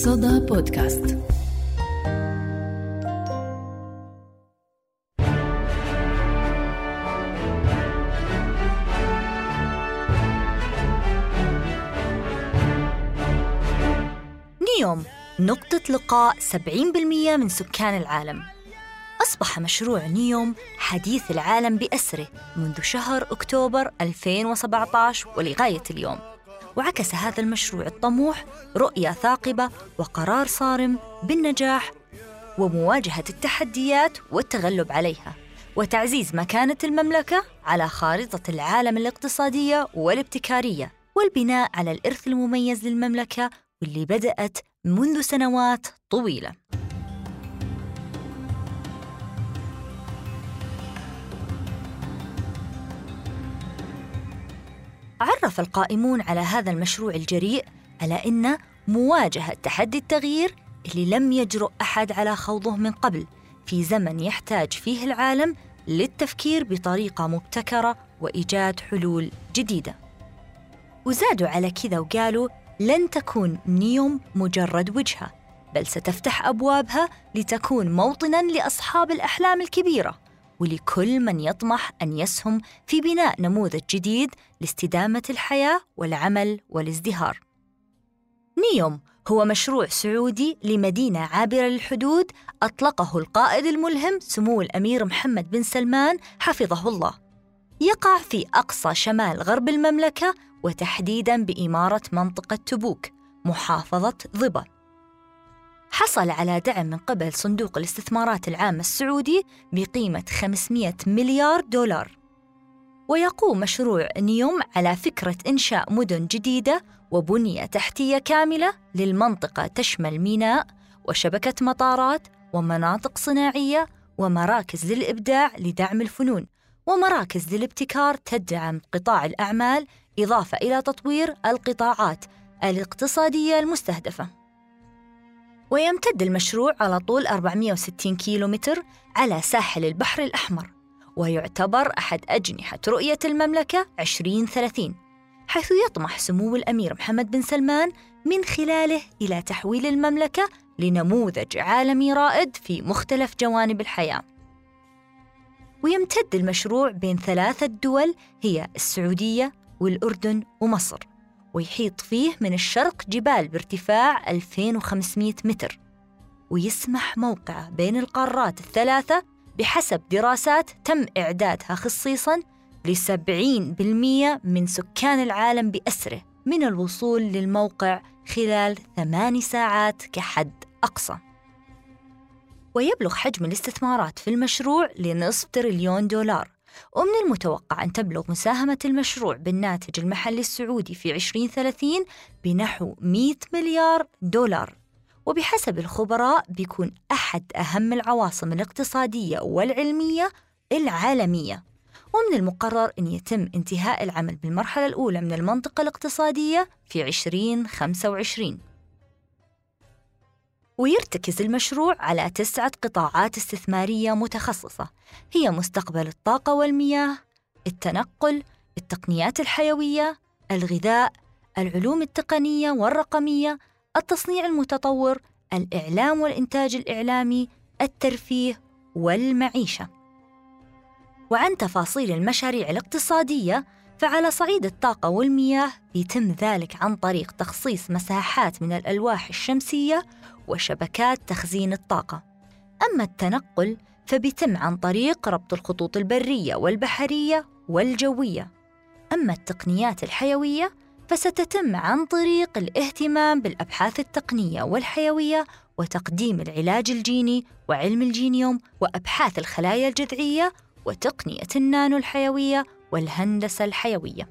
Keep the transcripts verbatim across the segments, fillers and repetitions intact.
صدى بودكاست. نيوم نقطة لقاء سبعين بالمئة من سكان العالم. أصبح مشروع نيوم حديث العالم بأسره منذ شهر أكتوبر ألفين وسبعة عشر ولغاية اليوم، وعكس هذا المشروع الطموح رؤية ثاقبة وقرار صارم بالنجاح ومواجهة التحديات والتغلب عليها، وتعزيز مكانة المملكة على خارطة العالم الاقتصادية والابتكارية، والبناء على الإرث المميز للمملكة واللي بدأت منذ سنوات طويلة. عرف القائمون على هذا المشروع الجريء على أن مواجهة تحدي التغيير اللي لم يجرؤ أحد على خوضه من قبل في زمن يحتاج فيه العالم للتفكير بطريقة مبتكرة وإيجاد حلول جديدة. وزادوا على كذا وقالوا لن تكون نيوم مجرد وجهة، بل ستفتح أبوابها لتكون موطناً لأصحاب الأحلام الكبيرة ولكل من يطمح أن يسهم في بناء نموذج جديد لاستدامة الحياة والعمل والازدهار. نيوم هو مشروع سعودي لمدينة عابرة للحدود أطلقه القائد الملهم سمو الأمير محمد بن سلمان حفظه الله. يقع في أقصى شمال غرب المملكة، وتحديداً بإمارة منطقة تبوك محافظة ضبا. حصل على دعم من قبل صندوق الاستثمارات العامة السعودي بقيمة خمسمئة مليار دولار. ويقوم مشروع نيوم على فكرة إنشاء مدن جديدة وبنية تحتية كاملة للمنطقة، تشمل ميناء وشبكة مطارات ومناطق صناعية ومراكز للإبداع لدعم الفنون ومراكز للابتكار تدعم قطاع الأعمال، إضافة إلى تطوير القطاعات الاقتصادية المستهدفة. ويمتد المشروع على طول أربعمئة وستين كيلومتر على ساحل البحر الأحمر، ويعتبر أحد أجنحة رؤية المملكة عشرين ثلاثين، حيث يطمح سمو الأمير محمد بن سلمان من خلاله إلى تحويل المملكة لنموذج عالمي رائد في مختلف جوانب الحياة. ويمتد المشروع بين ثلاثة دول هي السعودية والأردن ومصر، ويحيط فيه من الشرق جبال بارتفاع ألفين وخمسمئة متر، ويسمح موقعه بين القارات الثلاثة بحسب دراسات تم إعدادها خصيصاً لسبعين بالمئة من سكان العالم بأسره من الوصول للموقع خلال ثماني ساعات كحد أقصى. ويبلغ حجم الاستثمارات في المشروع لنصف تريليون دولار، ومن المتوقع أن تبلغ مساهمة المشروع بالناتج المحلي السعودي في عشرين ثلاثين بنحو مئة مليار دولار. وبحسب الخبراء بيكون أحد أهم العواصم الاقتصادية والعلمية العالمية، ومن المقرر أن يتم انتهاء العمل بالمرحلة الأولى من المنطقة الاقتصادية في عشرين خمسة وعشرين. ويرتكز المشروع على تسعة قطاعات استثمارية متخصصة، هي مستقبل الطاقة والمياه، التنقل، التقنيات الحيوية، الغذاء، العلوم التقنية والرقمية، التصنيع المتطور، الإعلام والإنتاج الإعلامي، الترفيه والمعيشة. وعن تفاصيل المشاريع الاقتصادية، فعلى صعيد الطاقة والمياه يتم ذلك عن طريق تخصيص مساحات من الألواح الشمسية وشبكات تخزين الطاقة. أما التنقل فبيتم عن طريق ربط الخطوط البرية والبحرية والجوية. أما التقنيات الحيوية فستتم عن طريق الاهتمام بالأبحاث التقنية والحيوية وتقديم العلاج الجيني وعلم الجينيوم وأبحاث الخلايا الجذعية وتقنية النانو الحيوية والهندسة الحيوية.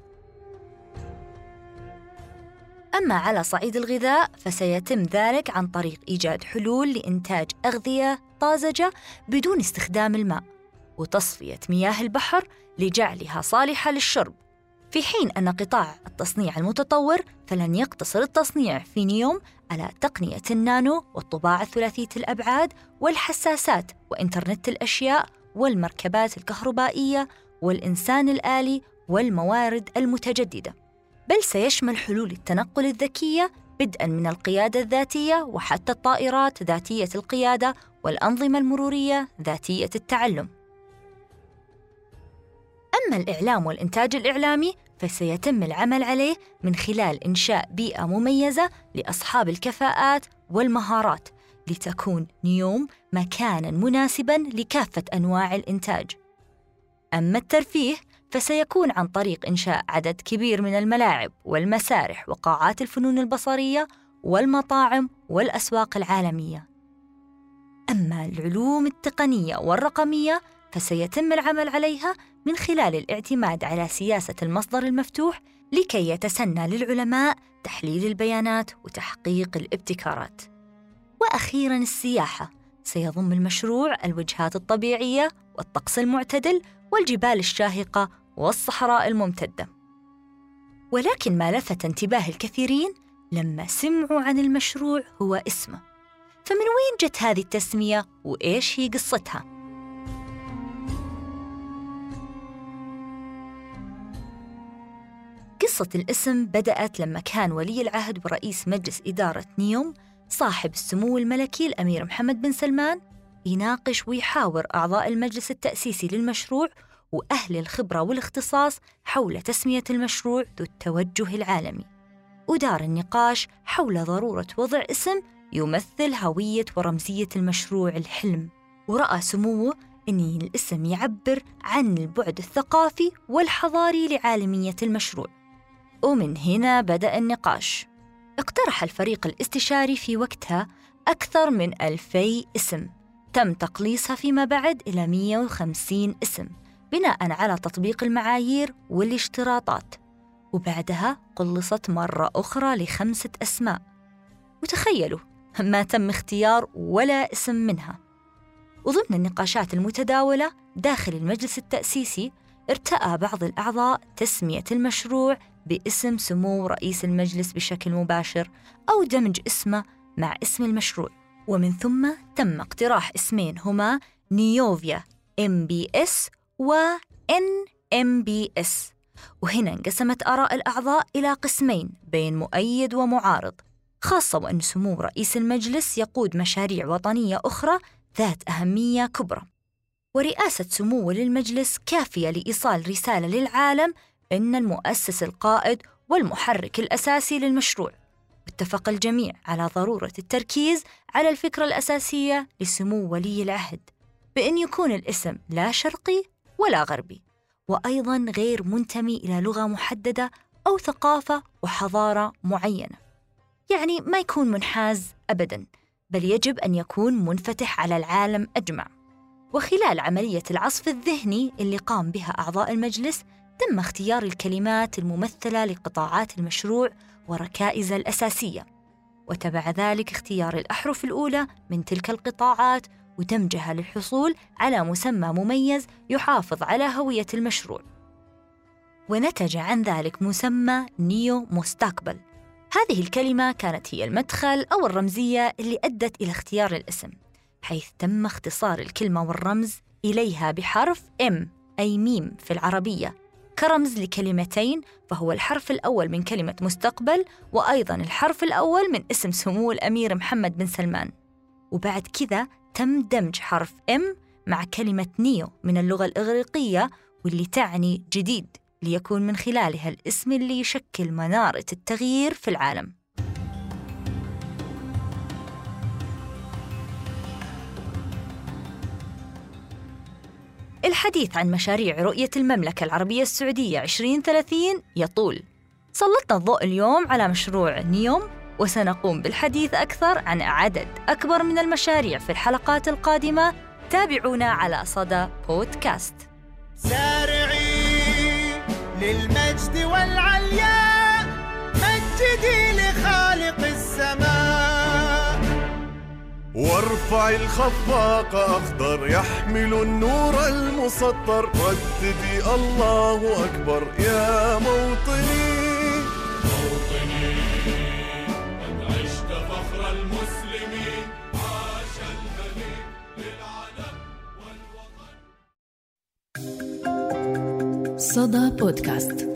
أما على صعيد الغذاء فسيتم ذلك عن طريق إيجاد حلول لإنتاج أغذية طازجة بدون استخدام الماء، وتصفية مياه البحر لجعلها صالحة للشرب، في حين أن قطاع التصنيع المتطور فلن يقتصر التصنيع في نيوم على تقنية النانو والطباعة ثلاثية الأبعاد والحساسات وإنترنت الأشياء والمركبات الكهربائية والإنسان الآلي والموارد المتجددة، بل سيشمل حلول التنقل الذكية بدءاً من القيادة الذاتية وحتى الطائرات ذاتية القيادة والأنظمة المرورية ذاتية التعلم. أما الإعلام والإنتاج الإعلامي فسيتم العمل عليه من خلال إنشاء بيئة مميزة لأصحاب الكفاءات والمهارات لتكون نيوم مكاناً مناسباً لكافة أنواع الإنتاج. أما الترفيه فسيكون عن طريق إنشاء عدد كبير من الملاعب والمسارح وقاعات الفنون البصرية والمطاعم والأسواق العالمية. أما العلوم التقنية والرقمية فسيتم العمل عليها من خلال الاعتماد على سياسة المصدر المفتوح لكي يتسنى للعلماء تحليل البيانات وتحقيق الابتكارات. وأخيراً السياحة، سيضم المشروع الوجهات الطبيعية والطقس المعتدل والجبال الشاهقة والصحراء الممتدة. ولكن ما لفت انتباه الكثيرين لما سمعوا عن المشروع هو اسمه. فمن وين جت هذه التسمية وإيش هي قصتها؟ قصة الاسم بدأت لما كان ولي العهد ورئيس مجلس إدارة نيوم صاحب السمو الملكي الأمير محمد بن سلمان يناقش ويحاور أعضاء المجلس التأسيسي للمشروع وأهل الخبرة والاختصاص حول تسمية المشروع ذو التوجه العالمي. ودار النقاش حول ضرورة وضع اسم يمثل هوية ورمزية المشروع الحلم، ورأى سموه أن الاسم يعبر عن البعد الثقافي والحضاري لعالمية المشروع. ومن هنا بدأ النقاش. اقترح الفريق الاستشاري في وقتها أكثر من ألفي اسم، تم تقليصها فيما بعد إلى مئة وخمسين اسم بناء على تطبيق المعايير والاشتراطات، وبعدها قلصت مرة أخرى لخمسة أسماء. وتخيلوا ما تم اختيار ولا اسم منها. وضمن النقاشات المتداولة داخل المجلس التأسيسي ارتأى بعض الأعضاء تسمية المشروع باسم سمو رئيس المجلس بشكل مباشر أو دمج اسمه مع اسم المشروع، ومن ثم تم اقتراح اسمين هما نيوفيا إم بي إس و إن إم بي إس. وهنا انقسمت آراء الأعضاء إلى قسمين بين مؤيد ومعارض، خاصة وأن سمو رئيس المجلس يقود مشاريع وطنية أخرى ذات أهمية كبرى، ورئاسة سموه للمجلس كافية لإيصال رسالة للعالم إن المؤسس القائد والمحرك الأساسي للمشروع. اتفق الجميع على ضرورة التركيز على الفكرة الأساسية لسمو ولي العهد بأن يكون الاسم لا شرقي ولا غربي، وأيضاً غير منتمي إلى لغة محددة أو ثقافة وحضارة معينة، يعني ما يكون منحاز أبداً، بل يجب أن يكون منفتح على العالم أجمع. وخلال عملية العصف الذهني اللي قام بها أعضاء المجلس تم اختيار الكلمات الممثلة لقطاعات المشروع وركائزه الأساسية، وتبع ذلك اختيار الأحرف الأولى من تلك القطاعات ودمجها للحصول على مسمى مميز يحافظ على هوية المشروع. ونتج عن ذلك مسمى نيو مستقبل. هذه الكلمة كانت هي المدخل أو الرمزية اللي أدت إلى اختيار الاسم، حيث تم اختصار الكلمة والرمز إليها بحرف M أي ميم في العربية كرمز لكلمتين، فهو الحرف الأول من كلمة مستقبل وأيضاً الحرف الأول من اسم سمو الأمير محمد بن سلمان. وبعد كذا تم دمج حرف M مع كلمة نيو من اللغة الإغريقية واللي تعني جديد، ليكون من خلالها الاسم اللي يشكل منارة التغيير في العالم. الحديث عن مشاريع رؤية المملكة العربية السعودية عشرين ثلاثين يطول. سلطنا الضوء اليوم على مشروع نيوم، وسنقوم بالحديث أكثر عن عدد أكبر من المشاريع في الحلقات القادمة. تابعونا على صدى بودكاست. سارعي للمجد والعلياء، مجدي لخالق السماء، وارفع الخفاق أخضر يحمل النور المسطر، رددي الله أكبر يا موطني. موطني قد عشت فخر المسلمين، عاش الملك للعالم والوطن. صدى بودكاست.